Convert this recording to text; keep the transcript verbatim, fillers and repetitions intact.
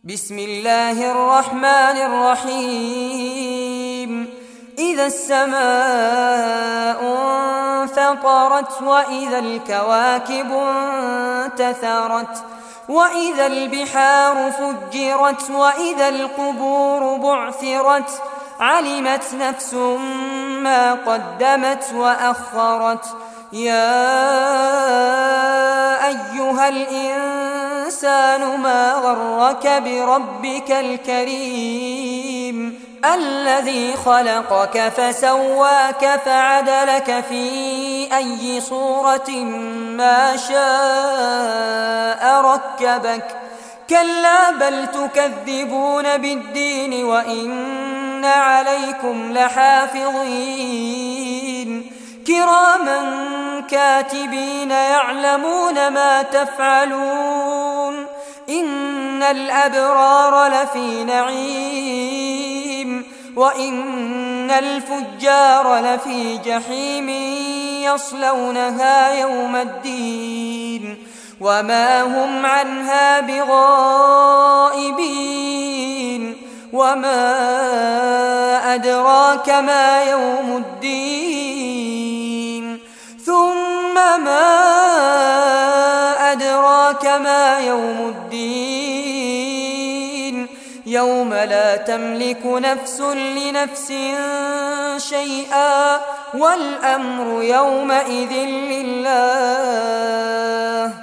بسم الله الرحمن الرحيم إذا السماء انفطرت وإذا الكواكب انتثرت وإذا البحار فجرت وإذا القبور بعثرت علمت نفس ما قدمت وأخرت يا أيها الإنسان ما غرك بربك الكريم الذي خلقك فسواك فعدلك في أي صورة ما شاء ركبك كلا بل تكذبون بالدين وإن عليكم لحافظين كراما كاتبين يعلمون ما تفعلون إن الأبرار لفي نعيم وإن الفجار لفي جحيم يصلونها يوم الدين وما هم عنها بغائبين وما أدراك ما يوم الدين ثم ما أدراك ما يوم الدين يوم لا تملك نفس لنفس شيئا والأمر يومئذ لله